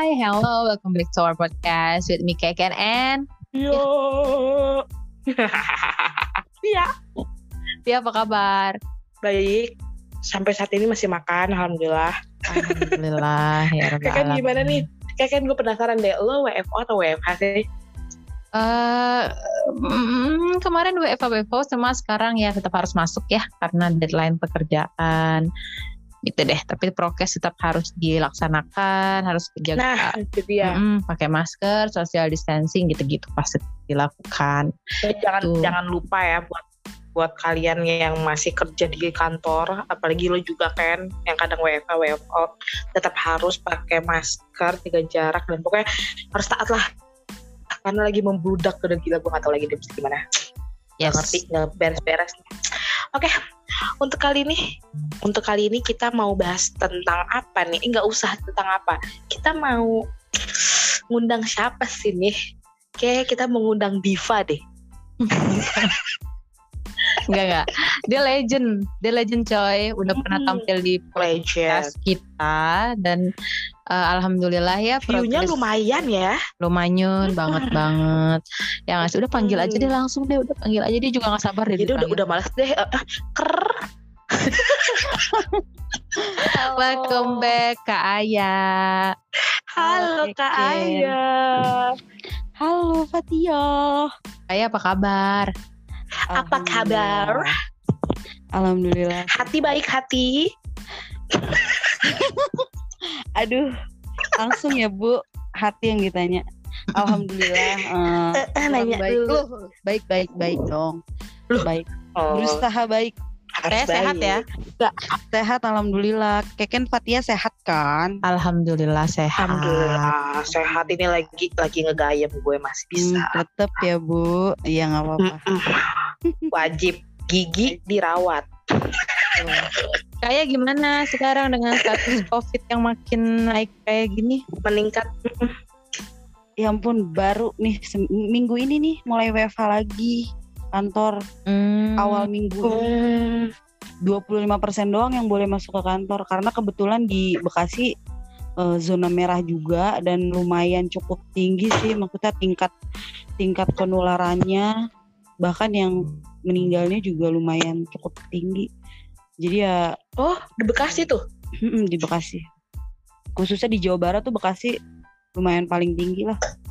Hi, hello, welcome back to our podcast with me Keken and Yo. Iya. Pia, apa kabar? Baik. Sampai saat ini masih makan, alhamdulillah. Alhamdulillah ya Rabbal Keken alamin. gimana nih? Keken gue penasaran deh, lo WFO atau WFH sih? Kemarin WFO sama sekarang ya tetap harus masuk ya karena deadline pekerjaan gitu deh. Tapi prokes tetap harus dilaksanakan, harus Nah, jaga, itu dia. pakai masker, social distancing gitu-gitu pasti dilakukan. Jangan lupa ya buat kalian yang masih kerja di kantor, apalagi lo juga kan yang kadang WFH, WFO, tetap harus pakai masker, jaga jarak, dan pokoknya harus taat lah. Karena lagi membludak, udah gila, gue gak tau lagi dia mesti gimana. Yes. Gak ngerti, gak beres-beres. Oke, untuk kali ini kita mau bahas tentang apa nih? Nggak usah tentang apa. Kita mau ngundang siapa sih nih? Kayak kita mengundang Diva deh. Enggak. Dia legend coy. Udah pernah tampil di podcast kita dan alhamdulillah ya view-nya lumayan ya. Lumayan banget. Ya nggak sih, udah panggil aja deh langsung deh. Udah panggil aja, dia juga nggak sabar deh. Jadi udah malas deh. Welcome back Kak Aya. Halo Kak Aya. Halo Fatia. Aya, apa kabar? Apa kabar? Alhamdulillah. Hati baik hati. Aduh, langsung ya Bu, hati yang ditanya. Alhamdulillah. Nanya dulu. Baik dong. Baik. Berusaha baik. Harus Sehat ya? Sehat, alhamdulillah. Keken Fatia sehat kan? Alhamdulillah sehat. Alhamdulillah sehat. Ini lagi ngegayem, gue masih bisa. Tetep ya Bu. Iya nggak apa-apa. Wajib gigi dirawat. Kayak gimana sekarang dengan status COVID yang makin naik kayak gini? Meningkat. Ya ampun, baru nih minggu ini nih mulai WFH lagi kantor. Awal minggu 25% doang yang boleh masuk ke kantor karena kebetulan di Bekasi zona merah juga dan lumayan cukup tinggi sih, maksudnya tingkat penularannya, bahkan yang meninggalnya juga lumayan cukup tinggi. Jadi ya di Bekasi tuh. Di Bekasi. Khususnya di Jawa Barat tuh Bekasi lumayan paling tinggi.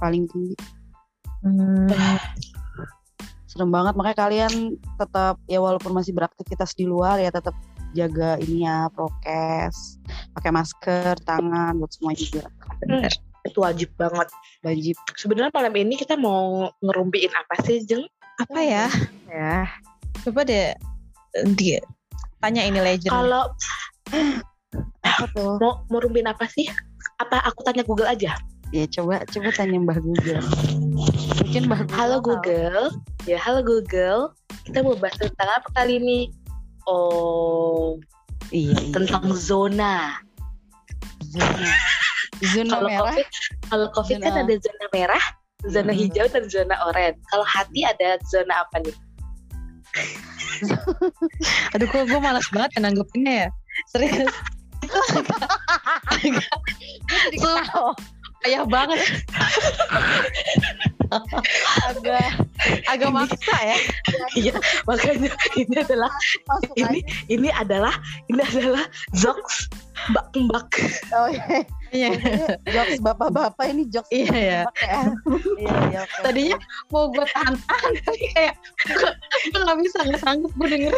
Serem banget, makanya kalian tetap ya walaupun masih beraktivitas di luar ya tetap jaga ini ya, prokes, pakai masker, tangan buat semua juga. Itu wajib banget. Wajib. Sebenarnya malam ini kita mau ngerumpiin apa sih, Jeng? Apa ya? Ya. Coba deh dia tanya ini legend. Kalau apa tuh? Mau rumpiin apa sih? Apa aku tanya Google aja? Ya coba tanya Mbah Google. Mungkin Mbah Google. Halo Google. Ya, halo Google. Kita mau bahas tentang apa kali ini? Iya. Tentang zona. Zona merah. Kalau COVID kan ada zona merah, zona hijau, dan zona oranye. Kalau hati ada zona apa nih? Aduh, kok gue malas banget nanggepinnya ya. Serius. Itu ayah banget. agak maksa ya. Iya, makanya ini adalah jokes mbak. Oh iya. Jokes bapak-bapak ini jokes. Iya ya. Iya. Tadinya mau gue tahan-tahan tapi kayak gue nggak sanggup gue denger.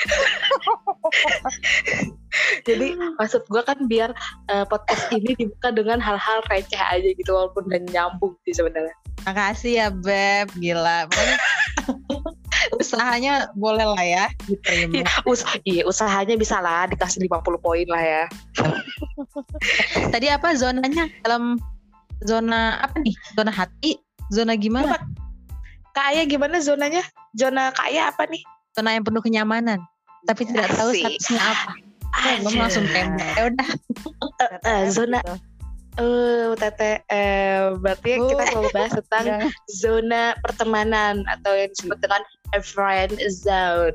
Jadi maksud gue kan biar podcast ini dibuka dengan hal-hal receh aja gitu, walaupun dan nyambung sih sebenarnya. Makasih ya Beb, gila. Pokoknya usahanya boleh lah ya diterima. Usahanya bisa lah dikasih 50 poin lah ya. Tadi apa zonanya? Dalam zona apa nih? Zona hati? Zona gimana? Kak Aya gimana zonanya? Zona Kak Aya apa nih? Zona yang penuh kenyamanan, tapi tidak tahu statusnya apa. Belum langsung tembak. Ya udah. Zona TTM. Berarti kita mau bahas tentang zona pertemanan atau yang disebut dengan a friend zone.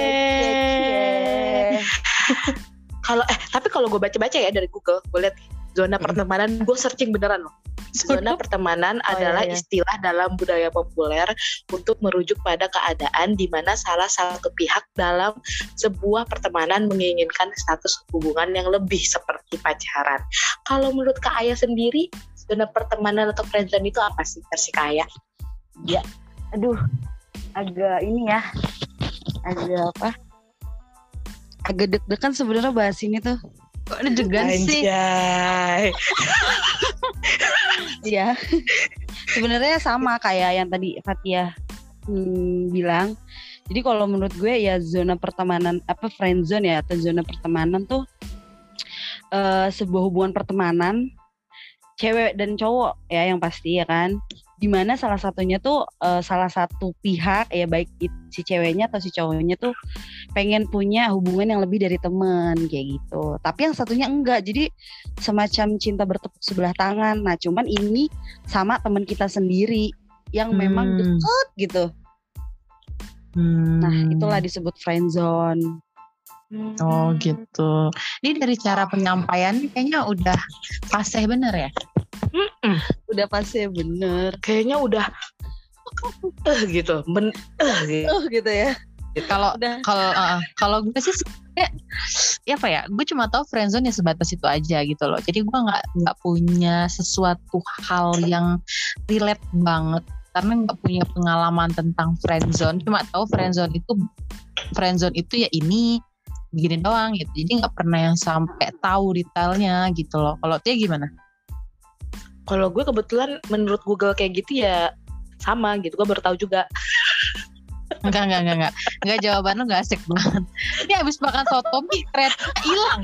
Cie. Kalau tapi kalau gue baca-baca ya dari Google, gue lihat Zona pertemanan, gue searching beneran loh. Zona pertemanan adalah istilah dalam budaya populer untuk merujuk pada keadaan di mana salah satu pihak dalam sebuah pertemanan menginginkan status hubungan yang lebih seperti pacaran. Kalau menurut Kak Aya sendiri, zona pertemanan atau friendzone itu apa sih versi Kak Aya? Ya, aduh, agak ini ya, agak deg-degan sebenarnya bahas ini tuh. Kok deg-degan sih? Iya, sebenarnya sama kayak yang tadi Fatia bilang. Jadi kalau menurut gue ya zona pertemanan friendzone ya atau zona pertemanan tuh sebuah hubungan pertemanan cewek dan cowok ya yang pasti ya kan. Dimana salah satunya tuh salah satu pihak ya baik si ceweknya atau si cowoknya tuh pengen punya hubungan yang lebih dari teman kayak gitu. Tapi yang satunya enggak. Jadi semacam cinta bertepuk sebelah tangan. Nah, cuman ini sama teman kita sendiri yang memang deket gitu. Nah, itulah disebut friendzone. Oh gitu. Ini dari cara penyampaian kayaknya udah fasih bener ya? Udah pasti bener. Kayaknya udah gitu. Gitu ya. Kalau gue sih ya apa ya? Gue cuma tahu friendzone ya sebatas itu aja gitu loh. Jadi gue nggak punya sesuatu hal yang relate banget karena nggak punya pengalaman tentang friendzone. Cuma tahu friendzone itu ya ini begini doang gitu. Jadi nggak pernah yang sampai tahu detailnya gitu loh. Kalau Tia gimana? Kalau gue kebetulan menurut Google kayak gitu ya sama gitu. Gue baru tahu juga. Enggak. Jawaban lu gak asik banget. Ini habis makan soto mie kereta hilang.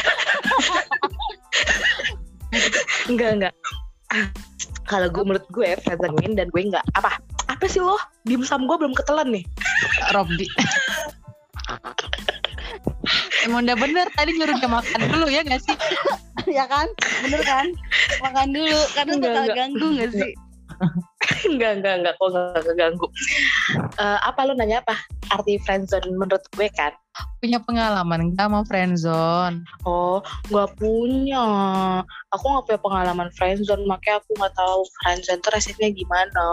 Enggak. Kalau gue menurut gue friendzone dan gue enggak. Apa sih lo? Dimsum gue belum ketelan nih. Robdi. Emang udah bener tadi nyuruh dia makan dulu ya gak sih? Ya kan? Bener kan? Makan dulu karena bakal ganggu gak sih? Enggak kok gak keganggu. Apa lu nanya apa? Arti friendzone menurut gue kan? Punya pengalaman gak sama friendzone? Oh, gak punya. Aku gak punya pengalaman friendzone, makanya aku gak tahu friendzone itu resepnya gimana.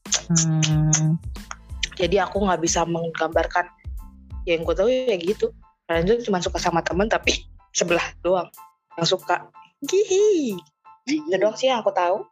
Jadi aku gak bisa menggambarkan. Yang gue tahu ya gitu. Friendzone cuma suka sama temen tapi sebelah doang yang suka. Gihi. Itu doang sih yang aku tahu.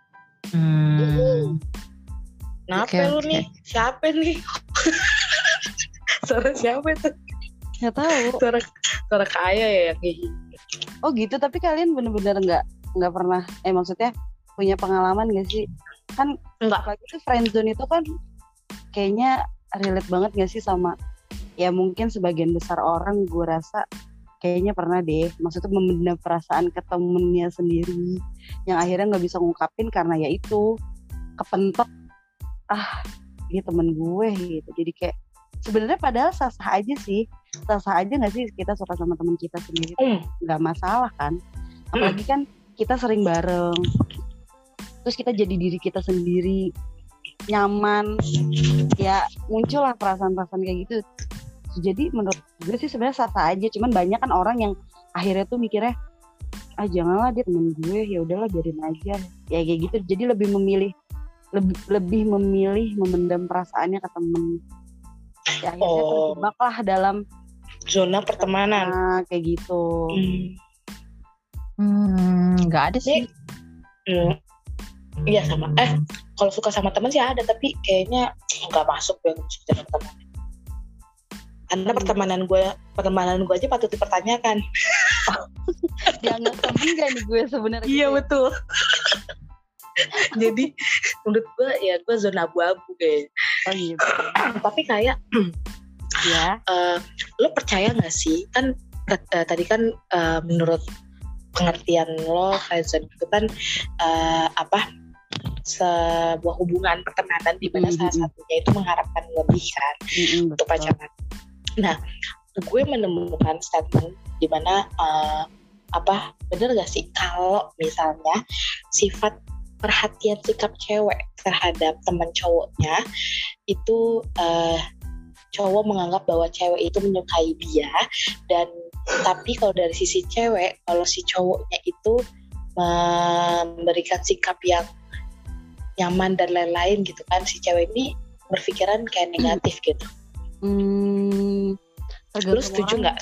Kenapa lu nih? Siapa nih? Suara siapa itu? Nggak tahu. Suara kaya ya yang gihi. Oh gitu, tapi kalian bener-bener nggak pernah maksudnya punya pengalaman gak sih? Kan enggak. Apalagi tuh friendzone itu kan kayaknya relate banget gak sih sama ya mungkin sebagian besar orang gue rasa kayaknya pernah deh, maksudnya memendam perasaan ke temennya sendiri yang akhirnya nggak bisa ngungkapin karena ya itu kepentok dia temen gue gitu. Jadi kayak sebenarnya padahal sah-sah aja nggak sih kita suka sama teman kita sendiri, nggak masalah kan, apalagi kan kita sering bareng terus kita jadi diri kita sendiri nyaman ya muncullah perasaan-perasaan kayak gitu. Jadi menurut gue sih sebenarnya sah-sah aja, cuman banyak kan orang yang akhirnya tuh mikirnya janganlah dia temen gue, ya udahlah biarin aja ya kayak gitu. Jadi lebih memilih memendam perasaannya ke temen ya, akhirnya terjebak lah dalam zona pertemanan kayak gitu. Nggak ada sih. Iya sama. Kalau suka sama teman sih ada, tapi kayaknya nggak masuk ya zona pertemanan. Karena pertemanan gue aja patut dipertanyakan. Dianggap temen gak nih gue sebenarnya? Iya betul. Jadi menurut gue ya gue zona abu-abu kayak. Oh gitu. Tapi kayak ya. Lo percaya nggak sih kan tadi kan menurut pengertian lo friendzone itu kan sebuah hubungan pertemanan di mana salah satunya itu mengharapkan lebih kan untuk pacaran. Nah, gue menemukan statement di mana bener gak sih kalau misalnya sifat perhatian sikap cewek terhadap teman cowoknya itu cowok menganggap bahwa cewek itu menyukai dia, dan tapi kalau dari sisi cewek, kalau si cowoknya itu memberikan sikap yang nyaman dan lain-lain gitu kan, si cewek ini berpikiran kayak negatif gitu. Lu setuju nggak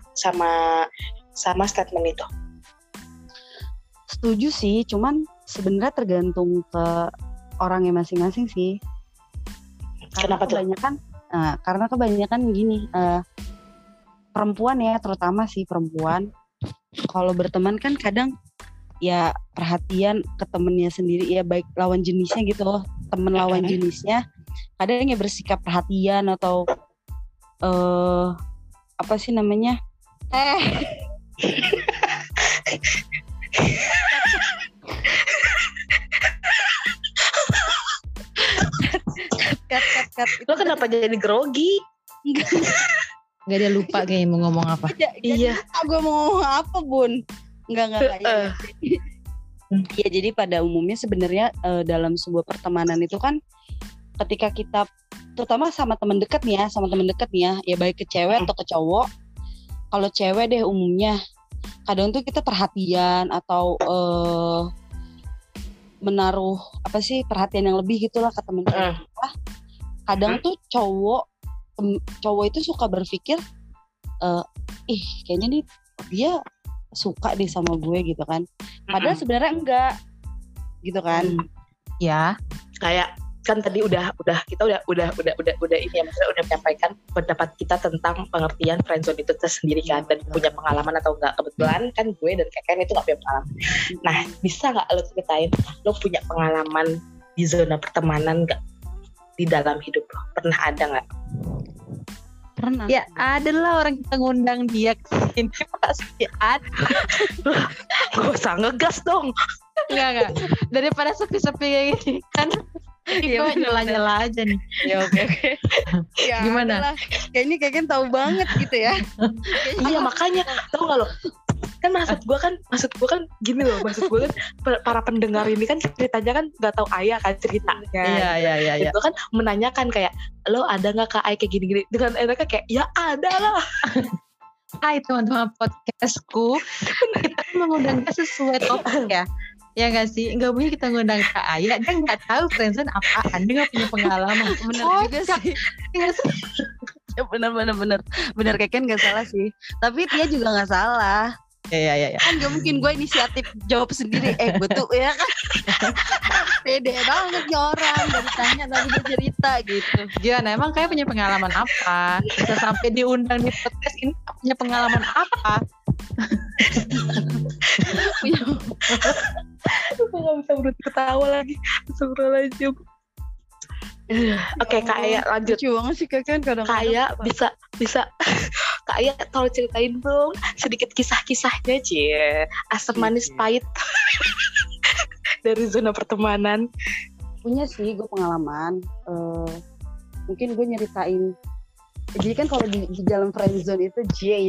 sama statement itu? Setuju sih, cuman sebenarnya tergantung ke orangnya masing-masing sih. Kenapa tuh? Karena kebanyakan gini, perempuan ya, terutama sih perempuan, kalau berteman kan kadang ya perhatian ke temennya sendiri, ya baik lawan jenisnya gitu loh, temen lawan jenisnya, kadang ya bersikap perhatian atau apa sih namanya? Cut. Lo kenapa jadi grogi? Gak dia lupa kayaknya mau ngomong apa. Iya. Gue mau ngomong apa, Bun? Enggak. Ya jadi pada umumnya sebenarnya dalam sebuah pertemanan itu kan ketika kita terutama sama teman dekat nih ya, ya baik ke cewek atau ke cowok. Kalau cewek deh umumnya kadang tuh kita perhatian atau menaruh apa sih perhatian yang lebih gitulah ke teman kita. Kadang tuh cowok itu suka berpikir kayaknya nih dia suka deh sama gue gitu kan. Padahal sebenarnya enggak gitu kan. Ya, kayak kan tadi udah kita udah ini ya, maksudnya udah menyampaikan pendapat kita tentang pengertian friendzone itu tersendiri kan, dan punya pengalaman atau enggak. Kebetulan kan gue dan Keken itu nggak punya pengalaman. Nah, bisa nggak lo ceritain lo punya pengalaman di zona pertemanan nggak di dalam hidup lo? Pernah ada nggak? Pernah. Ya ada lah, orang kita ngundang dia kesini pasti ada. Gak usah ngegas dong. Enggak. Daripada sepi-sepi kayak gini kan. Gue nyela-nyela aja nih. Ya oke. Ya, gimana? Kayaknya Keken tahu banget gitu ya. Iya makanya tahu nggak lo? Kan maksud gue kan gini loh, maksud gue kan para pendengar ini kan ceritanya kan nggak tahu Ayah kan ceritanya. Iya. Itu kan menanyakan kayak lo ada nggak Kak Ayah kayak gini-gini, dengan enaknya kayak ya ada lah. Hai teman-teman podcastku, kita mengundang dia sesuai topik ya. Ya nggak sih, nggak mungkin kita ngundang Kak Ayah, dia nggak tahu friendzone apaan, dia nggak punya pengalaman. Bener juga sih. Ya bener Keken nggak salah sih, tapi dia juga nggak salah. Ya. Kan gak mungkin gue inisiatif jawab sendiri. Gue tuh ya kan pede banget nih orang, dari tanya tapi dia cerita gitu. Gimana, emang kayak punya pengalaman apa? Bisa sampai diundang di podcast ini, punya pengalaman apa? Gue gak bisa berhenti ketawa lagi. Astagfirullahaladzim. Oke, Kak Ayah lanjut. Lucu banget sih Keken kadang-kadang. Kak Ayah bisa Kak Ayah tolong ceritain dong sedikit kisah-kisahnya, cie, asam manis pahit dari zona pertemanan. Punya sih gue pengalaman. Mungkin gue nyeritain. Jadi kan kalau di dalam friendzone itu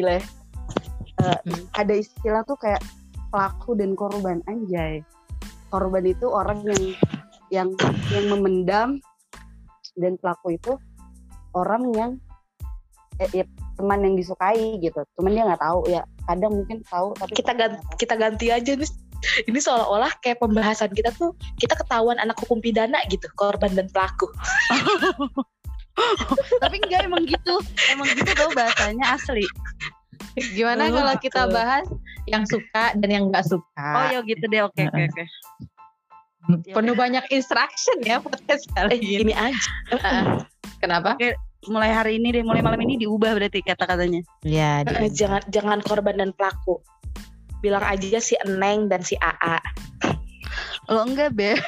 ada istilah tuh kayak pelaku dan korban. Anjay. Korban itu orang yang memendam, dan pelaku itu orang yang teman yang disukai gitu. Cuman dia nggak tahu ya. Kadang mungkin tahu tapi kita ganti aja nih. Ini seolah-olah kayak pembahasan kita tuh kita ketahuan anak hukum pidana gitu, korban dan pelaku. Tapi enggak, emang gitu tuh bahasanya asli. Gimana kalau kita bahas yang suka dan yang nggak suka? Oh ya gitu deh, oke. Penuh banyak instruction ya podcast kali Ini ini. aja. Kenapa? Oke, mulai hari ini deh, mulai malam ini diubah berarti kata-katanya. Ya. Jangan korban dan pelaku. Bilang aja si Eneng dan si AA. Lo enggak Beb.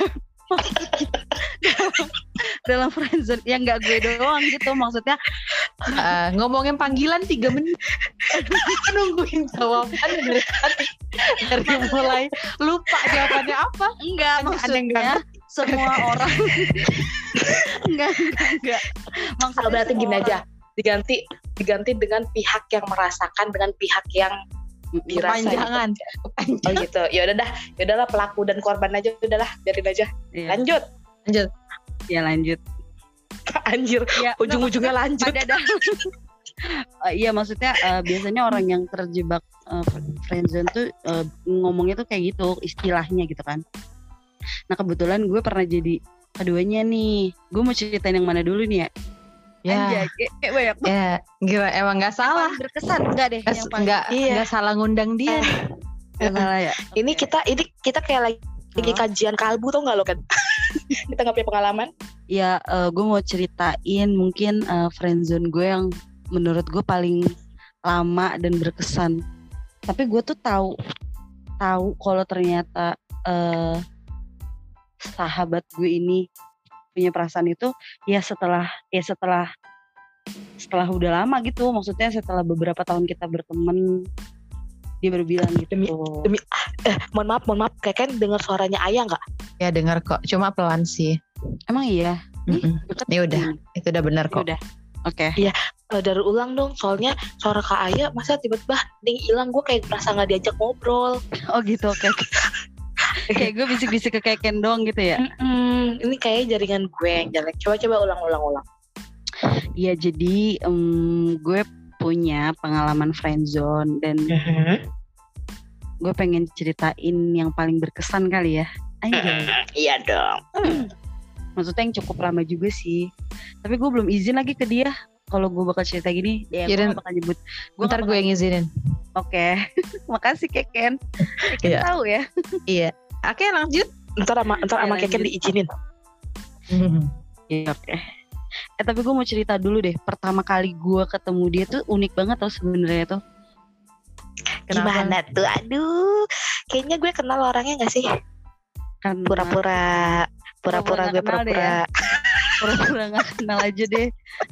Dalam friendzone yang enggak gue doang gitu, maksudnya ngomongin panggilan 3 menit. Nungguin jawaban dari mulai lupa jawabannya apa. Enggak, maksudnya semua orang. enggak. Maksudnya berarti gini aja, diganti dengan pihak yang merasakan dengan pihak yang dirasa. Panjangan. Oh gitu. Ya udahlah pelaku dan korban aja, udahlah biarin aja. Iya. Lanjut. Ya lanjut. Anjir, Ya, ujung-ujungnya lanjut. Iya maksudnya biasanya orang yang terjebak friendzone tuh ngomongnya tuh kayak gitu istilahnya gitu kan. Nah kebetulan gue pernah jadi keduanya nih. Gue mau ceritain yang mana dulu nih ya? Anjay, kayak banyak banget. Ya, gila, emang nggak salah. Yang berkesan enggak deh? Yang paling Nggak salah ngundang dia. nggak salah ya. Ini kita kayak lagi kajian kalbu tau nggak lo kan? Kita nggak punya pengalaman. Ya, gue mau ceritain mungkin friendzone gue yang menurut gue paling lama dan berkesan. Tapi gue tuh tahu kalau ternyata sahabat gue ini punya perasaan itu ya setelah udah lama gitu. Maksudnya setelah beberapa tahun kita berteman, dia baru bilang gitu. Demi mohon maaf kayak dengar suaranya Ayah nggak? Ya dengar kok, cuma pelan sih. Emang iya? Ya udah, itu udah benar kok. Udah. Oke. Iya, dari ulang dong. Soalnya suara Kak Ayah masa tiba-tiba hilang, gue kayak merasa nggak diajak ngobrol. Oh gitu, oke. Kayak gue bisik-bisik ke Keken doang gitu ya. Ini kayak jaringan gue yang jelek. Coba ulang. Iya, jadi gue punya pengalaman friendzone dan gue pengen ceritain yang paling berkesan kali ya. Iya dong. Maksudnya yang cukup lama juga sih. Tapi gue belum izin lagi ke dia. Kalau gue bakal cerita gini, ya gue gak bakal nyebut. Ntar gue yang izinin. Oke. Makasih Keken. Keken tahu ya. Iya. Oke, lanjut. Ntar sama Keken diizinin. Iya, oke. Tapi gue mau cerita dulu deh. Pertama kali gue ketemu dia tuh unik banget tau sebenarnya tuh. Gimana tuh? Aduh, kayaknya gue kenal orangnya nggak sih? Kan Pura-pura gue pura-pura. Pura-pura nggak kenal aja deh.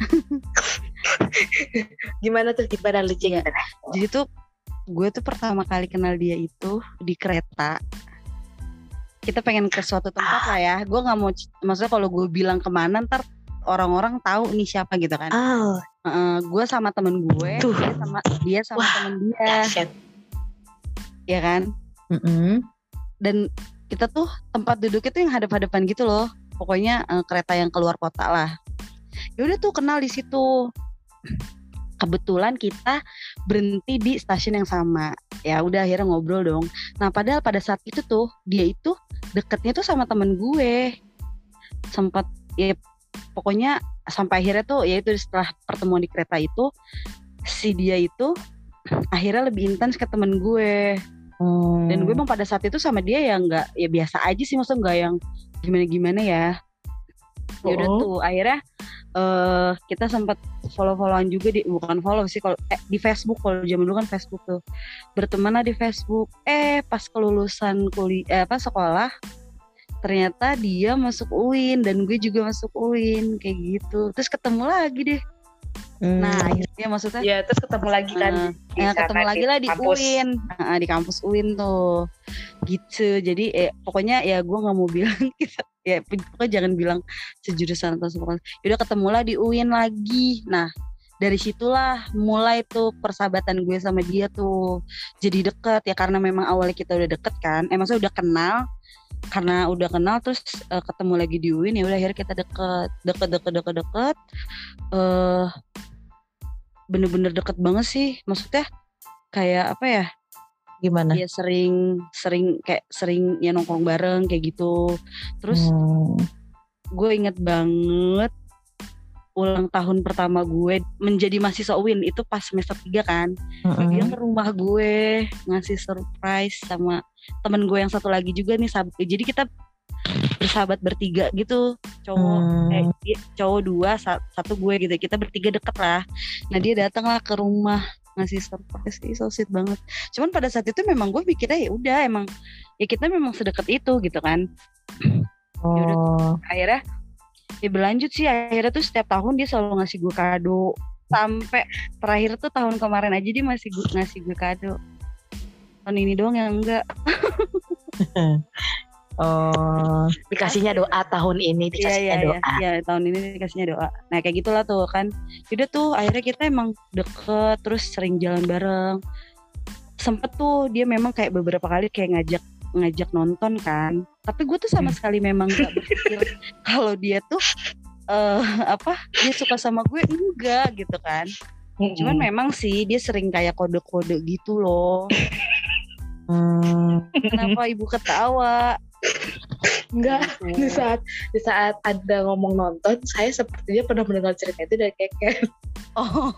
Gimana lu ya. Jadi tuh gue tuh pertama kali kenal dia itu di kereta. Kita pengen ke suatu tempat lah ya. Gue nggak mau, maksudnya kalau gue bilang kemana ntar orang-orang tahu nih siapa gitu kan. Gue sama temen gue, dia sama temen dia. Ya kan. Dan kita tuh tempat duduknya tuh yang hadap-hadapan gitu loh. Pokoknya kereta yang keluar kota lah. Ya udah tuh kenal di situ. Kebetulan kita berhenti di stasiun yang sama. Ya udah akhirnya ngobrol dong. Nah padahal pada saat itu tuh dia itu deketnya tuh sama temen gue. Sempat ya pokoknya sampai akhirnya tuh ya itu setelah pertemuan di kereta itu si dia itu akhirnya lebih intens ke temen gue. Dan gue emang pada saat itu sama dia ya nggak, ya biasa aja sih, maksudnya nggak yang gimana ya. Ya udah tuh akhirnya kita sempat follow-followan juga bukan follow sih kalau di Facebook. Kalau zaman dulu kan Facebook tuh berteman lah di Facebook. Pas kelulusan sekolah ternyata dia masuk UIN dan gue juga masuk UIN kayak gitu. Terus ketemu lagi deh. Nah akhirnya maksudnya ya terus ketemu lagi kan ketemu lagi lah di kampus. UIN di kampus UIN tuh gitu. Jadi pokoknya ya gue nggak mau bilang kita ya pokoknya jangan bilang sejurusan atau sekolah. Udah ketemu lah di UIN lagi. Nah dari situlah mulai tuh persahabatan gue sama dia tuh jadi deket ya, karena memang awalnya kita udah deket kan, maksudnya udah kenal. Karena udah kenal terus ketemu lagi di UIN, ya udah akhirnya kita deket. Bener-bener deket banget sih, maksudnya kayak apa ya? Gimana? Ya sering ya nongkrong bareng kayak gitu. Terus gue inget banget ulang tahun pertama gue menjadi mahasiswa UIN itu pas semester 3 kan. Dia ke rumah gue ngasih surprise sama temen gue yang satu lagi juga nih. Jadi kita bersahabat bertiga gitu, cowok 2 satu gue gitu, kita bertiga deket lah. Nah dia datang lah ke rumah ngasih surprise, so sweet banget. Cuman pada saat itu memang gue mikirnya ya udah emang ya kita memang sedekat itu gitu kan. Yaudah, akhirnya ya berlanjut sih, akhirnya tuh setiap tahun dia selalu ngasih gue kado. Sampai terakhir tuh tahun kemarin aja dia masih ngasih gue kado. Tahun ini doang yang enggak. Dikasihnya doa tahun ini, dikasihnya doa. Iya, tahun ini dikasihnya doa. Nah kayak gitulah tuh kan. Udah tuh akhirnya kita emang deket, terus sering jalan bareng. Sempet tuh dia memang kayak beberapa kali kayak ngajak nonton kan. Tapi gue tuh sama sekali memang gak berpikir kalau dia tuh dia suka sama gue, enggak gitu kan. Cuman memang sih dia sering kayak kode-kode gitu loh. Kenapa ibu ketawa? Enggak, Gitu. di saat ada ngomong nonton, saya sepertinya pernah mendengar cerita itu dari Keke. Oh,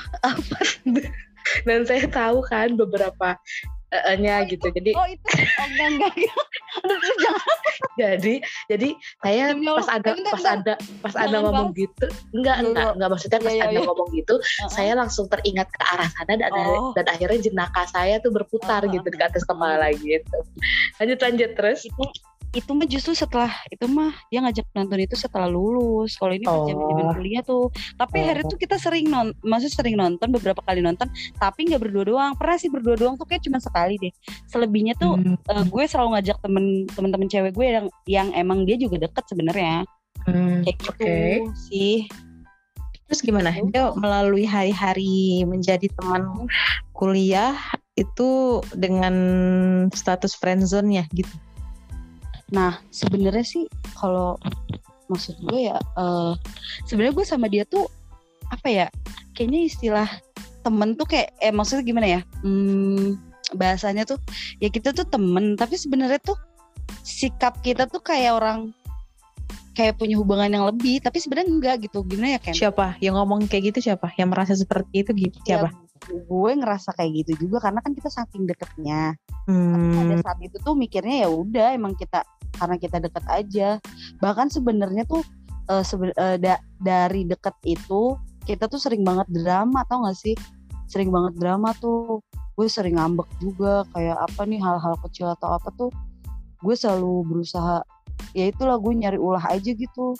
Dan saya tahu kan beberapa nya gitu. Jadi itu. Oh, enggak. Aduh, jangan. jadi saya Demi Allah. pas Jangan ada ngomong bahas. gitu, enggak maksudnya pas Iya, ada iya. ngomong gitu, saya langsung teringat ke arah sana Oh. dan akhirnya jenaka saya tuh berputar gitu di atas kepala gitu. Lanjut terus. Itu mah justru setelah itu mah dia ngajak nonton itu setelah lulus. Kalau ini pas zaman kuliah tuh. Tapi akhirnya tuh kita sering nonton beberapa kali nonton, tapi nggak berdua doang. Pernah sih berdua doang tuh kayak cuma sekali deh. Selebihnya tuh gue selalu ngajak temen-temen cewek gue yang emang dia juga deket sebenarnya. Kayak gitu sih. Terus gimana? Dia melalui hari-hari menjadi teman kuliah itu dengan status friendzone-nya gitu. Nah sebenarnya sih kalau maksud gue ya sebenarnya gue sama dia tuh apa ya, kayaknya istilah temen tuh kayak maksudnya gimana ya, bahasanya tuh ya kita tuh temen, tapi sebenarnya tuh sikap kita tuh kayak orang kayak punya hubungan yang lebih, tapi sebenarnya enggak gitu. Gimana ya Ken? Siapa yang ngomong kayak gitu? Siapa yang merasa seperti itu gitu? Siapa? Ya, gue ngerasa kayak gitu juga karena kan kita saking deketnya. Tapi pada saat itu tuh mikirnya ya udah emang kita karena kita deket aja. Bahkan sebenarnya tuh dari deket itu kita tuh sering banget drama, tau gak sih? Sering banget drama tuh. Gue sering ngambek juga kayak apa nih hal-hal kecil atau apa tuh. Gue selalu berusaha, ya itulah gue nyari ulah aja gitu.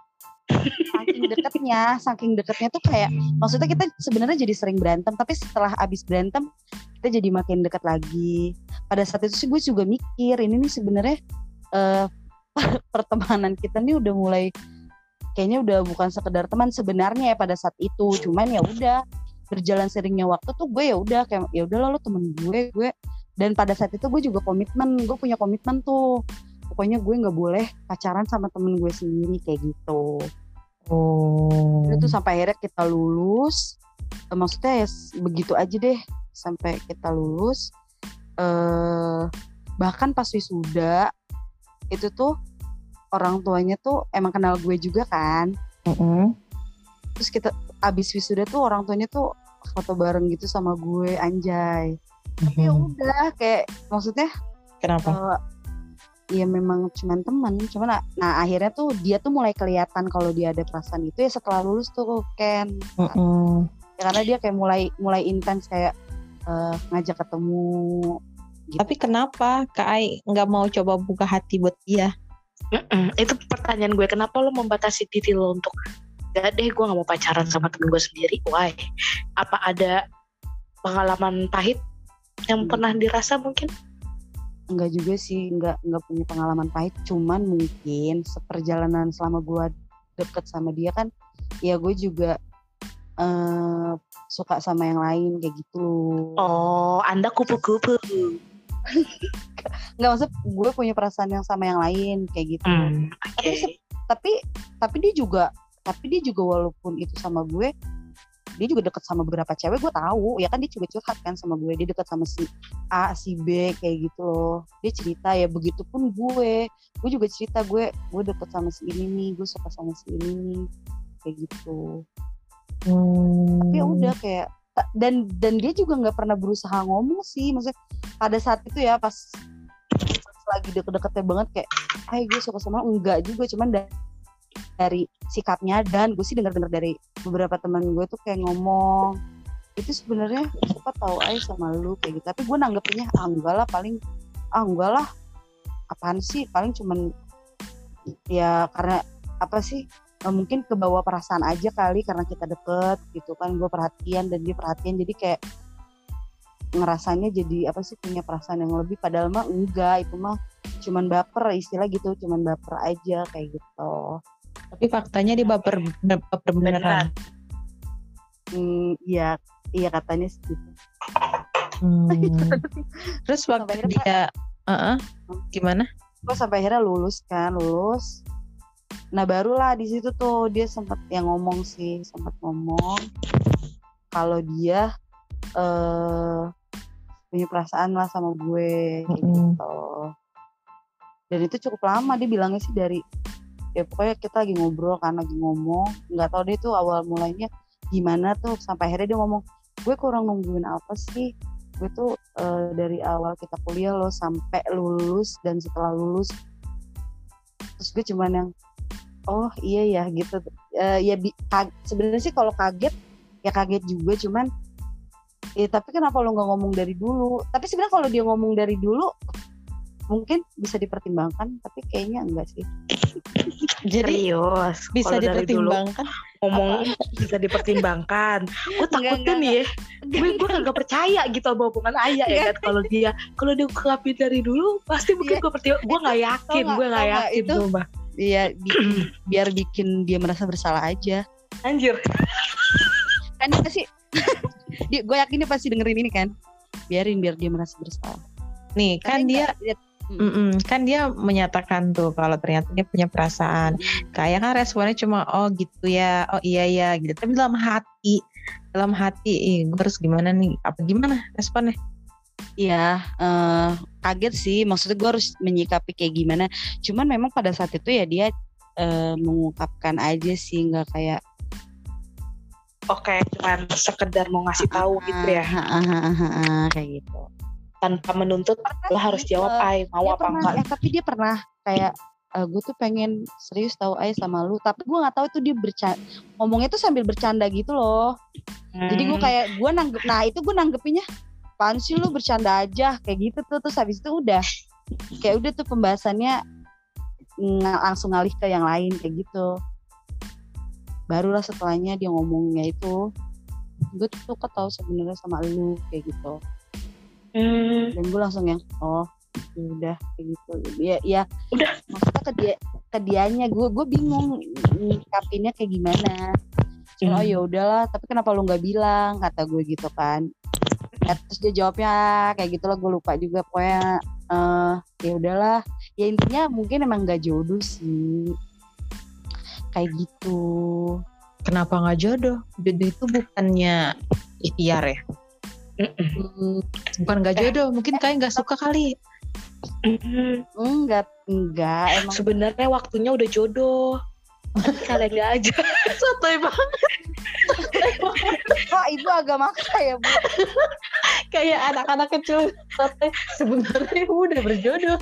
Saking deketnya tuh kayak maksudnya kita sebenarnya jadi sering berantem, tapi setelah abis berantem kita jadi makin dekat lagi. Pada saat itu sih gue juga mikir ini nih sebenarnya pertemanan kita nih udah mulai kayaknya udah bukan sekedar teman sebenarnya ya pada saat itu. Cuman ya udah berjalan seiringnya waktu tuh gue ya udah kayak ya udah lo temen gue dan pada saat itu gue juga gue punya komitmen tuh. Pokoknya gue nggak boleh pacaran sama temen gue sendiri kayak gitu. Itu sampai akhirnya kita lulus. Maksudnya ya begitu aja deh sampai kita lulus. Bahkan pas wisuda itu tuh orang tuanya tuh emang kenal gue juga kan. Terus kita abis wisuda tuh orang tuanya tuh foto bareng gitu sama gue, anjay. Tapi ya udah kayak maksudnya kenapa? Ya memang cuman teman, nah akhirnya tuh dia tuh mulai kelihatan kalau dia ada perasaan itu ya setelah lulus tuh Ken. Ya, karena dia kayak mulai intens kayak ngajak ketemu gitu. Tapi kenapa Kak Ai nggak mau coba buka hati buat dia? Itu pertanyaan gue, kenapa lo membatasi diri lo untuk gak deh gue gak mau pacaran sama temen gue sendiri? Why? Apa ada pengalaman pahit yang pernah dirasa mungkin? Enggak juga sih, enggak punya pengalaman pahit, cuman mungkin seperjalanan selama gue deket sama dia kan ya gue juga suka sama yang lain kayak gitu. Oh, Anda kupu-kupu. Enggak, maksud gue punya perasaan yang sama yang lain kayak gitu. Okay. Tapi dia juga walaupun itu sama gue, dia juga deket sama beberapa cewek, gue tahu ya kan, dia juga curhat kan sama gue, dia deket sama si A si B kayak gitu loh. Dia cerita ya, begitupun gue juga cerita gue deket sama si ini nih, gue suka sama si ini nih kayak gitu. Tapi ya udah kayak dan dia juga nggak pernah berusaha ngomong sih, maksudnya pada saat itu ya pas lagi deket-deketnya banget kayak gue suka sama lo, enggak juga, cuman dari sikapnya. Dan gue sih dengar-dengar dari beberapa teman gue tuh kayak ngomong itu sebenarnya siapa tahu sama lu kayak gitu, tapi gue nanggepinnya enggak lah apaan sih, paling cuman ya karena apa sih, mungkin kebawa perasaan aja kali karena kita deket gitu kan, gue perhatian dan dia perhatian, jadi kayak ngerasanya jadi apa sih, punya perasaan yang lebih, padahal mah enggak, itu mah cuman baper, istilah gitu, cuman baper aja kayak gitu. Tapi faktanya dia baper beneran. Iya katanya segitu. Terus waktu dia gimana? Gue sampai akhirnya lulus. Nah barulah di situ tuh dia sempat ngomong kalau dia punya perasaan lah sama gue kayak gitu. Dan itu cukup lama dia bilangnya sih dari ya pokoknya kita lagi ngobrol kan lagi ngomong, nggak tahu dia tuh awal mulainya gimana tuh sampai akhirnya dia ngomong, gue kurang nungguin apa sih, gue tuh dari awal kita kuliah loh sampai lulus dan setelah lulus terus gue cuman yang oh iya ya gitu ya sebenarnya sih kalau kaget ya kaget juga cuman tapi kenapa lo nggak ngomong dari dulu, tapi sebenarnya kalau dia ngomong dari dulu mungkin bisa dipertimbangkan tapi kayaknya enggak sih. Jadi serius bisa dipertimbangkan ngomong bisa dipertimbangkan. Gue takutnya nih ya gue gak percaya gitu sama hubungan Ayah ya kan, kalau dia ungkapin dari dulu pasti mungkin gue gak yakin itu Mbak. Iya biar bikin dia merasa bersalah aja. Anjir kan dia pasti gue yakin dia pasti dengerin ini kan, biar dia merasa bersalah nih kan. Kan dia menyatakan tuh kalau ternyata dia punya perasaan. Kayak kan responnya cuma oh gitu ya, oh iya ya gitu. Tapi dalam hati gue harus gimana nih? Apa gimana responnya? Iya, kaget sih. Maksudnya gue harus menyikapi kayak gimana. Cuman memang pada saat itu ya dia mengungkapkan aja sih, nggak kayak oke, cuman sekedar mau ngasih tahu gitu ya. Kayak gitu. Tanpa menuntut lo harus jawab mau apa enggak. Tapi dia pernah kayak gue tuh pengen serius tahu sama lu, tapi gue nggak tahu itu dia ngomongnya tuh sambil bercanda gitu loh. Jadi gue kayak gue nanggepinnya apaan sih lu, bercanda aja kayak gitu tuh. Terus habis itu udah tuh pembahasannya langsung ngalih ke yang lain kayak gitu. Barulah setelahnya dia ngomongnya itu gue tuh suka tahu sebenarnya sama lu kayak gitu. Dan gue langsung yang udah kayak gitu ya udah maksudnya ke dianya gue bingung ngikapinnya kayak gimana. Cuma ya udahlah, tapi kenapa lu nggak bilang, kata gue gitu kan. Terus dia jawabnya kayak gitulah, gue lupa juga pokoknya ya udahlah ya, intinya mungkin emang nggak jodoh sih kayak gitu. Kenapa nggak jodoh? Jodoh itu bukannya ikhtiar ya? Bukan nggak jodoh, mungkin kayak nggak suka kali. Enggak emang sebenarnya waktunya udah jodoh. Kalian nggak aja. Sotoy banget. Kok ibu agak maksa ya Bu? Kayak anak-anak kecil sotoy, sebenarnya udah berjodoh.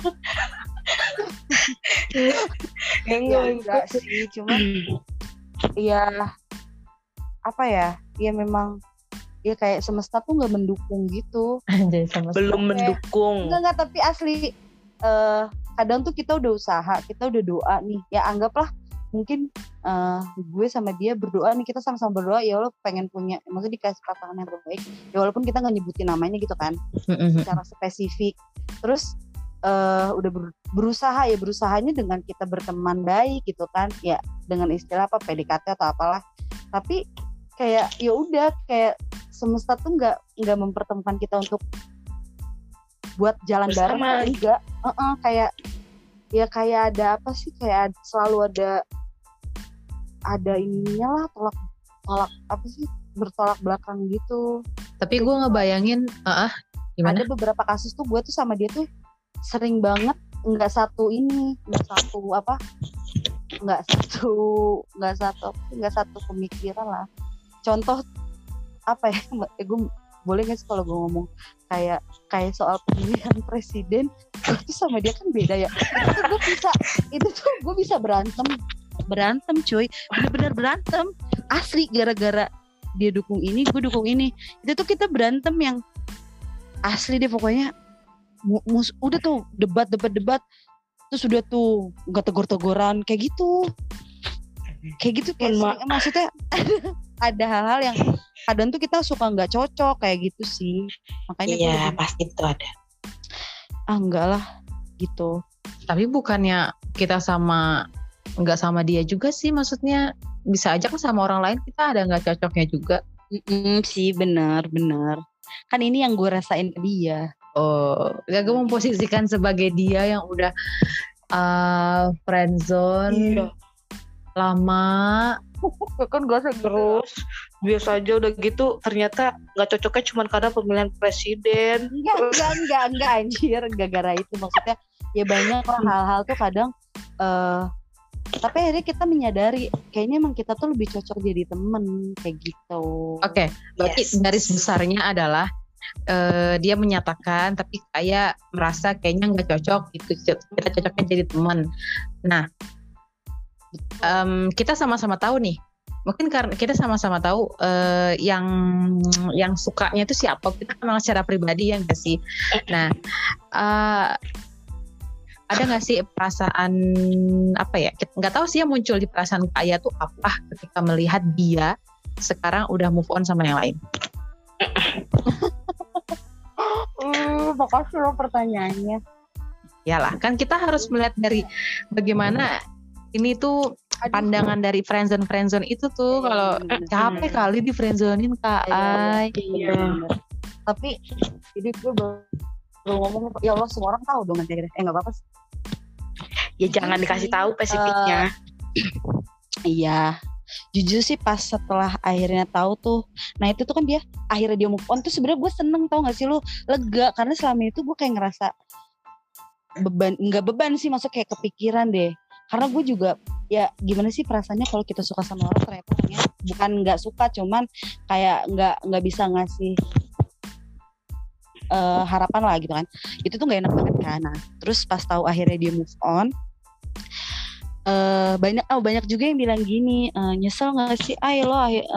Enggak sih, cuman ya apa ya, ya memang ya kayak semesta tuh nggak mendukung gitu. Anjay, semesta belum mendukung. Enggak, tapi asli kadang tuh kita udah usaha, kita udah doa nih, ya anggaplah mungkin gue sama dia berdoa nih, kita sama-sama berdoa ya Allah pengen punya, maksudnya dikasih pasangan yang terbaik ya, walaupun kita nggak nyebutin namanya gitu kan secara spesifik. Terus udah berusahanya dengan kita berteman baik gitu kan, ya dengan istilah apa PDKT atau apalah, tapi kayak ya udah kayak semesta tuh nggak mempertemukan kita untuk buat jalan bareng juga. Kayak ya kayak ada apa sih, kayak selalu ada ininya lah, tolak apa sih, bertolak belakang gitu. Tapi gue ngebayangin gimana? Ada beberapa kasus tuh gue tuh sama dia tuh sering banget nggak satu pemikiran lah. Contoh apa ya, gue boleh nggak sih kalau gue ngomong kayak soal pemilihan presiden itu sama dia kan beda ya. Itu tuh gue bisa berantem cuy, bener-bener berantem asli, gara-gara dia dukung ini, gue dukung ini. Itu tuh kita berantem yang asli deh pokoknya. Udah tuh debat terus udah tuh nggak tegor-tegoran kayak gitu kayak maksudnya ada hal-hal yang kadang tuh kita suka nggak cocok kayak gitu sih, makanya iya pasti itu ada. Enggak lah gitu. Tapi bukannya kita nggak sama dia juga sih, maksudnya bisa aja kan sama orang lain kita ada nggak cocoknya juga. Sih benar kan ini yang gue rasain ke dia. Gak, gue memposisikan sebagai dia yang udah friendzone. Iya. lama. Kan gak usah gitu. Terus biasa aja udah gitu ternyata nggak cocoknya cuma karena pemilihan presiden. Enggak anjir, gara-gara itu maksudnya ya banyak lah hal-hal tuh kadang tapi akhirnya kita menyadari kayaknya emang kita tuh lebih cocok jadi temen kayak gitu. Oke, berarti garis besarnya adalah dia menyatakan tapi kayak merasa kayaknya nggak cocok gitu, kita cocoknya jadi teman. Nah, kita sama-sama tahu nih, mungkin karena kita sama-sama tahu yang sukanya itu siapa, kita kenal secara pribadi ya nggak sih. Nah, ada nggak sih perasaan apa ya, nggak tahu sih yang muncul di perasaan Kak Aya tuh apa ketika melihat dia sekarang udah move on sama yang lain? Makasih loh pertanyaannya. Yalah, kan kita harus melihat dari bagaimana ini tuh pandangan dari friendzone itu tuh. Kalau capek kali di friendzonein Kak Ay. Iya. Tapi jadi gue baru ngomong, ya Allah semua orang tahu dong nanti. Nggak apa-apa sih. Ya jangan dikasih tahu spesifiknya. Iya. Jujur sih pas setelah akhirnya tahu tuh, nah itu tuh kan dia akhirnya dia move on tuh sebenarnya gue seneng, tau gak sih lu, lega, karena selama itu gue kayak ngerasa nggak beban sih, maksudnya kayak kepikiran deh, karena gue juga ya gimana sih perasaannya kalau kita suka sama orang ternyata orangnya bukan nggak suka, cuman kayak nggak bisa ngasih harapan lah gitu kan, itu tuh nggak enak banget kan. Nah terus pas tahu akhirnya dia move on, banyak juga yang bilang gini, nyesel nggak sih Ay lo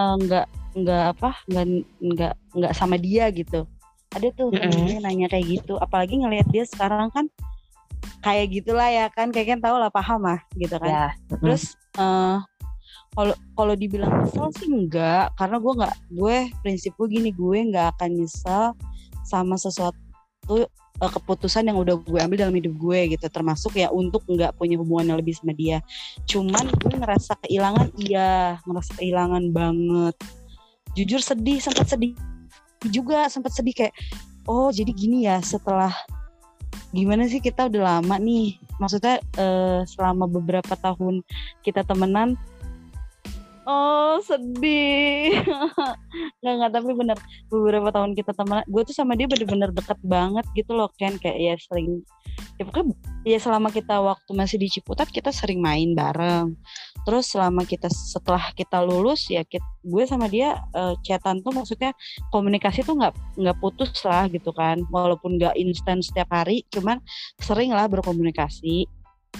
nggak sama dia gitu. Ada tuh temennya nanya kayak gitu, apalagi ngelihat dia sekarang kan kayak gitulah ya kan, kayak kan tau lah, paham lah gitu kan ya. Terus kalau dibilang nyesel sih enggak, karena gue prinsip gue gini, gue nggak akan nyesel sama sesuatu keputusan yang udah gue ambil dalam hidup gue gitu, termasuk ya untuk nggak punya hubungan yang lebih sama dia. Cuman gue ngerasa kehilangan banget. Jujur sedih, sempat sedih kayak, oh jadi gini ya, setelah gimana sih kita udah lama nih, maksudnya selama beberapa tahun kita temenan. Oh sedih. Nggak, tapi bener beberapa tahun kita teman, gue tuh sama dia bener-bener deket banget gitu loh kan, kayak ya sering, ya pokoknya ya selama kita waktu masih di Ciputat kita sering main bareng. Terus setelah kita lulus ya gue sama dia chatan tuh, maksudnya komunikasi tuh nggak putus lah gitu kan, walaupun nggak instan setiap hari, cuman sering lah berkomunikasi.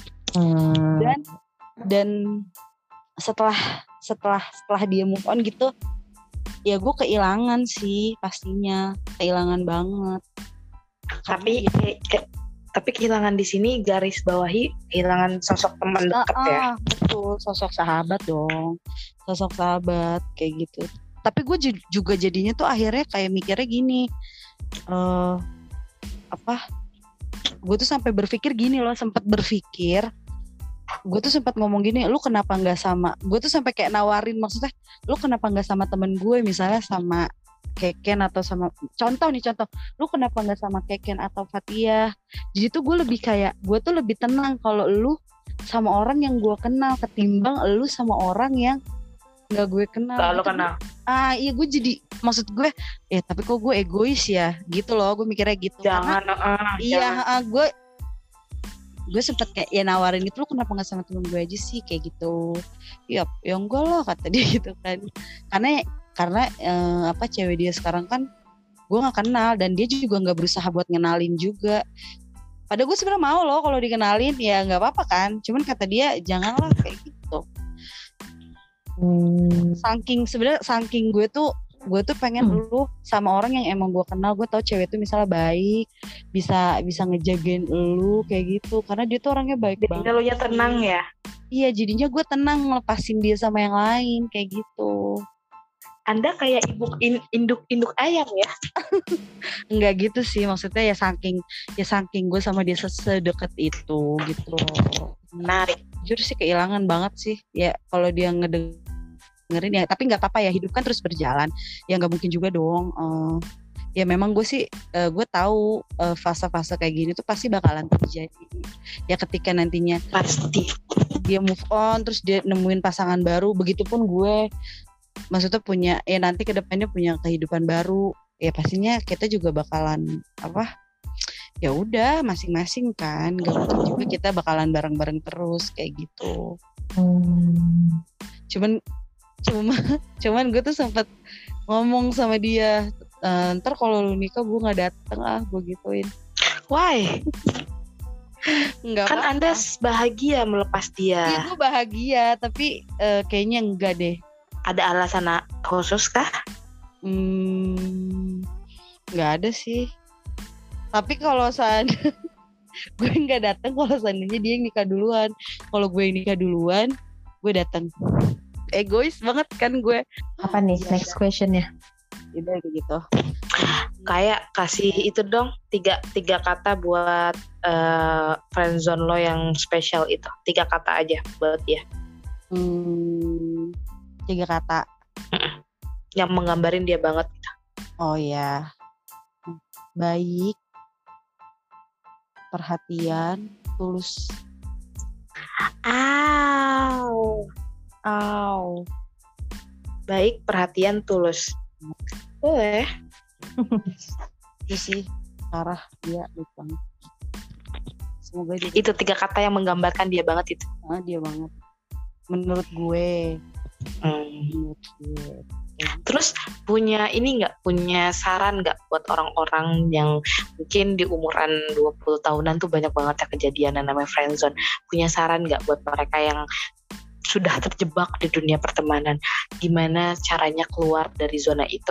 Dan setelah dia move on gitu, ya gue kehilangan sih, pastinya kehilangan banget. Tapi kehilangan di sini garis bawahi kehilangan sosok teman dekat ya. Betul, sosok sahabat dong, sosok sahabat kayak gitu. Tapi gue juga jadinya tuh akhirnya kayak mikirnya gini, gue tuh sampai berpikir gini loh, gue tuh sempat ngomong gini, lu kenapa nggak sama, gue tuh sampai kayak nawarin, maksudnya lu kenapa nggak sama temen gue, misalnya sama Keken atau sama, contoh, lu kenapa nggak sama Keken atau Fatia. Jadi tuh gue lebih kayak, gue tuh lebih tenang kalau lu sama orang yang gue kenal ketimbang lu sama orang yang nggak gue kenal. Gak lu kenal. Iya gue jadi, maksud gue ya tapi kok gue egois ya gitu loh, gue mikirnya gitu. Jangan. Gue sempet kayak ya nawarin gitu, lu kenapa gak sama temen gue aja sih kayak gitu. Ya enggak lah kata dia gitu kan, karena cewek dia sekarang kan gue gak kenal, dan dia juga gak berusaha buat ngenalin juga. Padahal gue sebenarnya mau loh kalau dikenalin, ya gak apa-apa kan, cuman kata dia janganlah kayak gitu. Saking gue tuh pengen lu sama orang yang emang gue kenal, gue tau cewek tuh misalnya baik, bisa ngejagain lu kayak gitu, karena dia tuh orangnya baik banget. Jadinya lu nya tenang ya. Iya, jadinya gue tenang ngelepasin dia sama yang lain kayak gitu. Anda kayak induk ayam ya. Enggak gitu sih, maksudnya ya saking gue sama dia sedekat itu gitu. Menarik. Jujur sih kehilangan banget sih ya kalau dia ngedengerin ya, tapi nggak apa-apa ya, hidup kan terus berjalan ya, nggak mungkin juga dong ya memang gue sih gue tahu fase-fase kayak gini tuh pasti bakalan terjadi. Ya ketika nantinya Pasti. dia move on terus dia nemuin pasangan baru, begitupun gue maksudnya punya ya nanti kedepannya punya kehidupan baru, ya pastinya kita juga bakalan apa, ya udah masing-masing kan, gak mungkin juga kita bakalan bareng-bareng terus kayak gitu. Cuman gue tuh sempat ngomong sama dia, ntar kalau lu nikah gue nggak dateng gue gituin. Why? Enggak Kan apa-apa. Anda bahagia melepas Iya dia. gue bahagia tapi kayaknya enggak deh. Ada alasan khusus kah? Nggak ada sih. Tapi kalau seandainya gue nggak datang, kalau seandainya dia yang nikah duluan, kalau gue yang nikah duluan, gue datang. Egois banget kan gue. Apa nih next question ya? Udah kayak gitu. Kayak kasih itu dong, tiga kata buat friendzone lo yang spesial itu. 3 kata aja buat dia. 3 kata. Yang menggambarin dia banget gitu. Oh ya, baik, perhatian, tulus. Baik, perhatian, tulus. Boleh. Itu sih arah dia lupa. Semoga dia Itu 3 kata yang menggambarkan dia banget itu. dia banget. Menurut gue. Terus punya saran nggak buat orang-orang yang mungkin di umuran 20 tahunan tuh banyak banget ya kejadian yang namanya friendzone. Punya saran nggak buat mereka yang sudah terjebak di dunia pertemanan, gimana caranya keluar dari zona itu?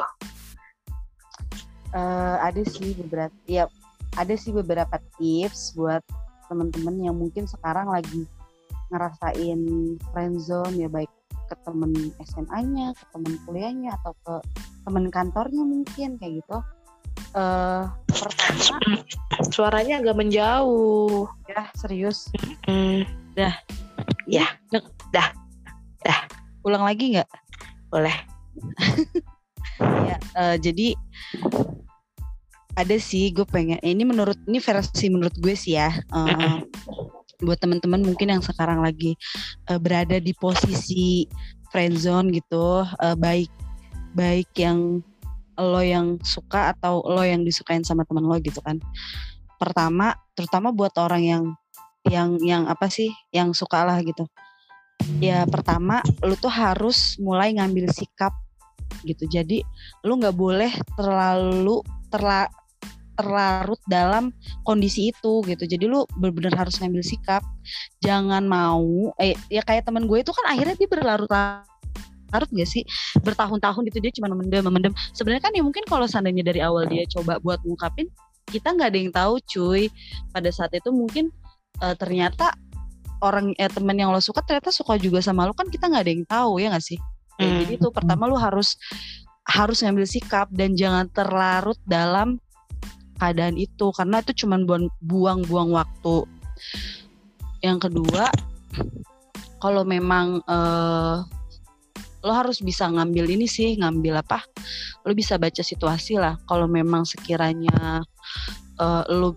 Ada sih beberapa tips buat teman-teman yang mungkin sekarang lagi ngerasain friendzone, ya baik ke temen SMA-nya, ke temen kuliahnya, atau ke temen kantornya mungkin kayak gitu. Pertama, suaranya agak menjauh. ya serius. Dah. Ulang lagi nggak? Boleh. Ya, jadi ada sih gue pengen. Ini versi menurut gue sih ya. Buat teman-teman mungkin yang sekarang lagi berada di posisi friendzone gitu, baik yang lo yang suka atau lo yang disukain sama teman lo gitu kan. Pertama, terutama buat orang yang apa sih, yang suka lah gitu. Ya pertama, lo tuh harus mulai ngambil sikap gitu. Jadi lo nggak boleh terlarut dalam kondisi itu gitu. Jadi lu benar-benar harus ngambil sikap. Jangan mau ya kayak teman gue itu kan akhirnya dia berlarut gak sih, bertahun-tahun gitu dia cuma memendam. Sebenarnya kan ya mungkin kalau seandainya dari awal dia coba buat ngungkapin, kita nggak ada yang tahu cuy. Pada saat itu mungkin ternyata teman yang lo suka ternyata suka juga sama lo, kan kita nggak ada yang tahu ya nggak sih. Jadi itu pertama lu harus ngambil sikap dan jangan terlarut dalam keadaan itu, karena itu cuma buang-buang waktu. Yang kedua, kalau memang lo harus bisa ngambil lo bisa baca situasi lah. Kalau memang sekiranya lo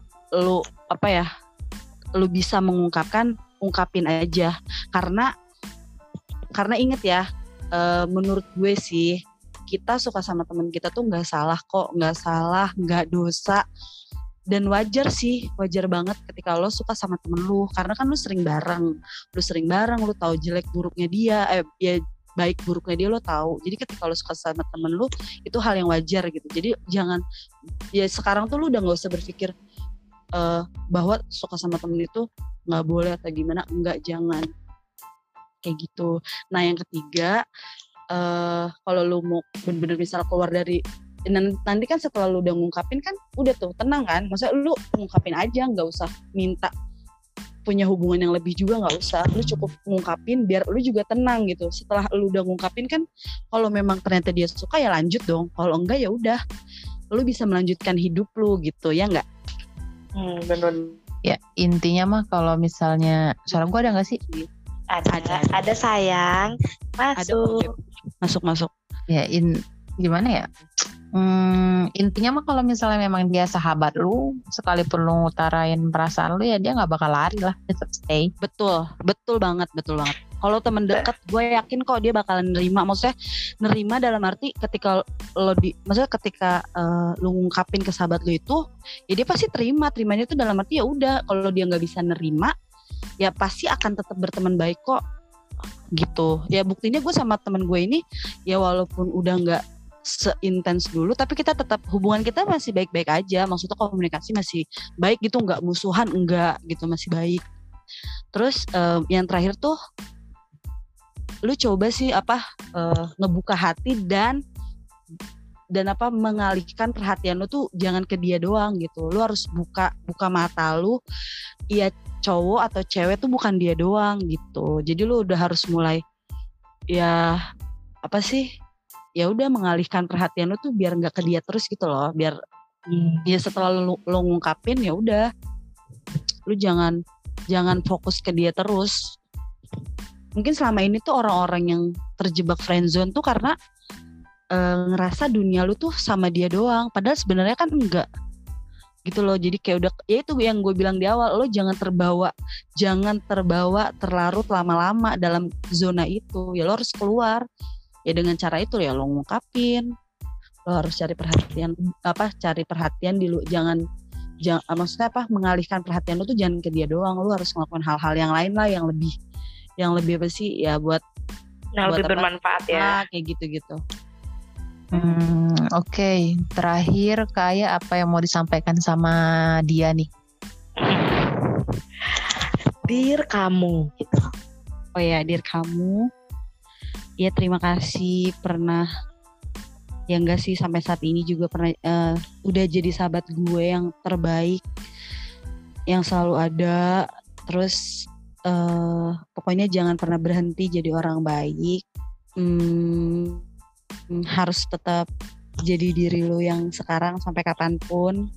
bisa ungkapin aja, karena inget ya, menurut gue sih, kita suka sama teman kita tuh nggak salah, nggak dosa, dan wajar banget ketika lo suka sama temen lu, karena kan lu sering bareng, lu tahu jelek buruknya dia, ya baik buruknya dia lo tahu. Jadi ketika lo suka sama temen lu, itu hal yang wajar gitu. Jadi jangan, ya sekarang tuh lu udah nggak usah berpikir bahwa suka sama temen itu nggak boleh atau gimana, jangan kayak gitu. Nah yang ketiga, kalau lu mau bener-bener misal keluar dari, nanti kan setelah lu udah ngungkapin kan udah tuh tenang kan, maksudnya lu ngungkapin aja, nggak usah minta punya hubungan yang lebih juga, nggak usah, lu cukup ngungkapin biar lu juga tenang gitu. Setelah lu udah ngungkapin kan, kalau memang ternyata dia suka ya lanjut dong, kalau enggak ya udah, lu bisa melanjutkan hidup lu gitu ya nggak? Benar. Ya intinya mah kalau misalnya, suara gue ada nggak sih? Ada sayang, masuk. Masuk. Ya gimana ya? Intinya mah kalau misalnya memang dia sahabat lu, sekalipun lu ngutarain perasaan lu, ya dia nggak bakal lari lah, tetap stay. Betul banget. Kalau temen deket, gue yakin kok dia bakalan nerima. Maksudnya nerima dalam arti ketika maksudnya ketika lu ngungkapin ke sahabat lu itu, ya dia pasti terima. Terimanya itu dalam arti ya udah, kalau dia nggak bisa nerima, ya pasti akan tetap berteman baik kok. Gitu. Ya buktinya gue sama temen gue ini, ya walaupun udah nggak seintens dulu, tapi kita tetap, hubungan kita masih baik-baik aja. Maksudnya komunikasi masih baik gitu, nggak musuhan, enggak gitu, masih baik. Terus yang terakhir tuh, lu coba sih ngebuka hati dan mengalihkan perhatian lu tuh jangan ke dia doang gitu. Lu harus buka mata lu, iya cowok atau cewek tuh bukan dia doang gitu. Jadi lu udah harus mulai ya ya udah mengalihkan perhatian lu tuh biar nggak ke dia terus gitu loh. Biar ya setelah lu ngungkapin, ya udah lu jangan fokus ke dia terus. Mungkin selama ini tuh orang-orang yang terjebak friendzone tuh karena ngerasa dunia lu tuh sama dia doang, padahal sebenarnya kan enggak gitu loh. Jadi kayak udah, ya itu yang gue bilang di awal, lo jangan terbawa terlarut lama-lama dalam zona itu. Ya lo harus keluar. Ya dengan cara itu ya lo ngungkapin, lo harus cari perhatian di lu, jangan maksudnya mengalihkan perhatian lo tuh jangan ke dia doang. Lo harus ngelakuin hal-hal yang lain lah, yang lebih apa sih ya, buat lebih bermanfaat ya, kayak gitu. Oke. Terakhir kayak apa yang mau disampaikan sama dia nih? Dear kamu gitu. Oh ya, dear kamu. Ya terima kasih pernah, ya enggak sih, sampai saat ini juga pernah udah jadi sahabat gue yang terbaik, yang selalu ada. Terus pokoknya jangan pernah berhenti jadi orang baik. Harus tetap jadi diri lo yang sekarang sampai kapanpun,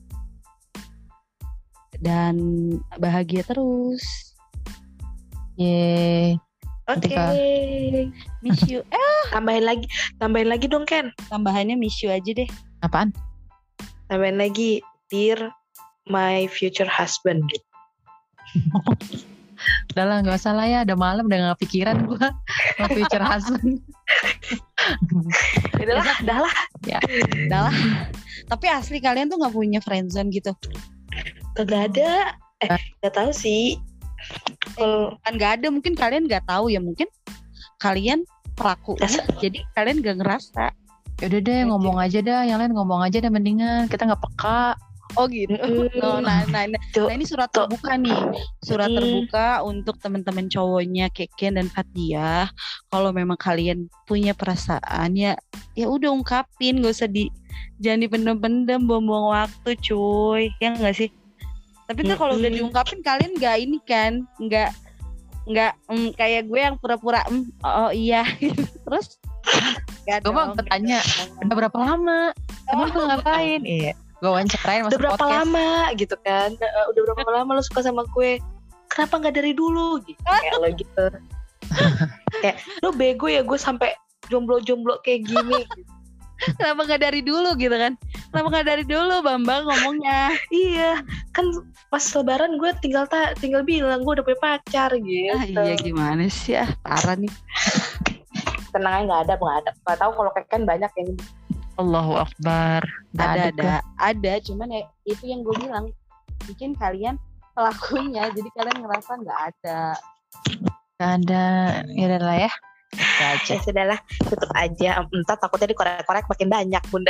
dan bahagia terus. Yeay. Oke. Miss you. Tambahin lagi dong Ken. Tambahannya miss you aja deh. Apaan? Tambahin lagi, dear my future husband. Udah lah, gak usah lah ya, udah malam, udah gak pikiran gue sama future husband. Udah lah. Tapi asli kalian tuh gak punya friendzone gitu? Kagak ada. Gak tahu sih. Kan gak ada, mungkin kalian gak tahu ya, mungkin kalian pelakunya, jadi kalian gak ngerasa. Yaudah deh, ngomong aja dah, yang lain ngomong aja dah, mendingan kita gak peka. Oh gitu. Nah ini surat terbuka nih. Surat terbuka untuk teman-teman cowoknya Keken dan Fathia. Kalau memang kalian punya perasaan, ya udah ungkapin, gak usah jangan dipendem-pendem, buang-buang waktu cuy. Ya enggak sih? Tapi kan kalau udah diungkapin, kalian gak ini kan, nggak kayak gue yang pura-pura oh iya terus gue mah bertanya udah berapa lama emang lu ngapain. Iya, gue wawancarain masuk udah berapa podcast. lama gitu kan, udah berapa lama lo suka sama gue, kenapa nggak dari dulu gitu, kayak lo gitu. Kayak lo bego ya, gue sampai jomblo kayak gini gitu. Kenapa gak dari dulu gitu kan? Kenapa gak dari dulu Bambang ngomongnya? Iya, kan pas lebaran gue tinggal bilang gue udah punya pacar gitu. Iya gimana sih parah nih. Tenang aja, nggak ada. Nggak tahu kalau Keken banyak yang. Allahu Akbar. Ada, cuman ya itu yang gue bilang, mungkin kalian pelakunya, jadi kalian ngerasa nggak ada. Gak ada, ya udah lah ya. Ya sudahlah, tutup aja. Entah takutnya dikorek-korek makin banyak bunda.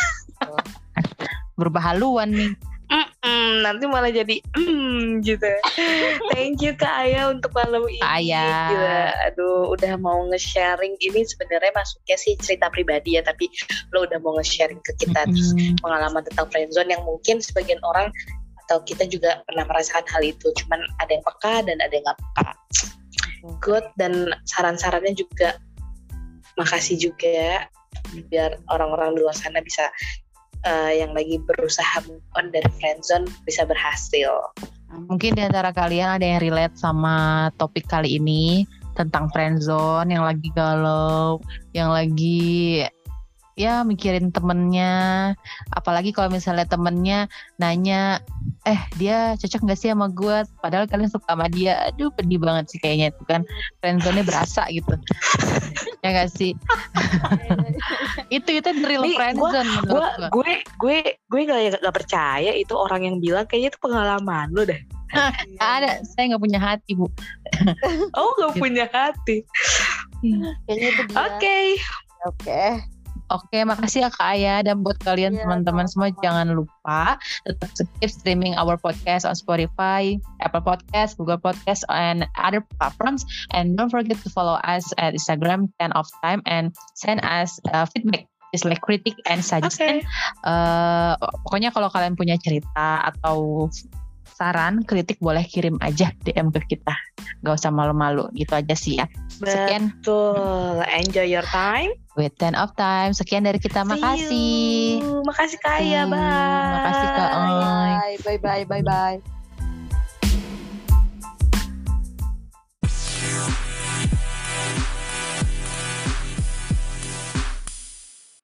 Berubah haluan nih. Nanti malah jadi gitu. Thank you Kak Aya untuk malam ini. Aya. Gila, aduh udah mau nge-sharing ini, sebenarnya masuknya sih cerita pribadi ya, tapi lo udah mau nge-sharing ke kita pengalaman tentang friendzone yang mungkin sebagian orang atau kita juga pernah merasakan hal itu. Cuman ada yang peka dan ada yang nggak peka. Good, dan saran-sarannya juga makasih juga, biar orang-orang di luar sana bisa yang lagi berusaha move on dari friendzone bisa berhasil. Mungkin di antara kalian ada yang relate sama topik kali ini tentang friendzone, yang lagi galau, yang lagi ya mikirin temennya. Apalagi kalau misalnya temennya nanya, dia cocok gak sih sama gue? Padahal kalian suka sama dia. Aduh, pedih banget sih kayaknya itu kan. Friendzone-nya berasa gitu. Ya gak sih? itu the real friendzone menurut gue gak percaya itu orang yang bilang kayaknya itu pengalaman lo deh. Ada, saya gak punya hati, Bu. Oh, gak punya hati. Kayaknya itu dia. Oke, makasih ya Kak Aya, dan buat kalian teman-teman semua jangan lupa tetap keep streaming our podcast on Spotify, Apple Podcast, Google Podcast, and other platforms. And don't forget to follow us at Instagram 10 of Time and send us feedback, just like critic and suggestion. Pokoknya kalau kalian punya cerita atau saran, kritik boleh kirim aja DM ke kita. Gak usah malu-malu, gitu aja sih ya. Sekian. Betul. Enjoy your time with 10 of Time. Sekian dari kita. Makasih. Makasih Kak Aya. Bye. Makasih Kak Oi. Bye.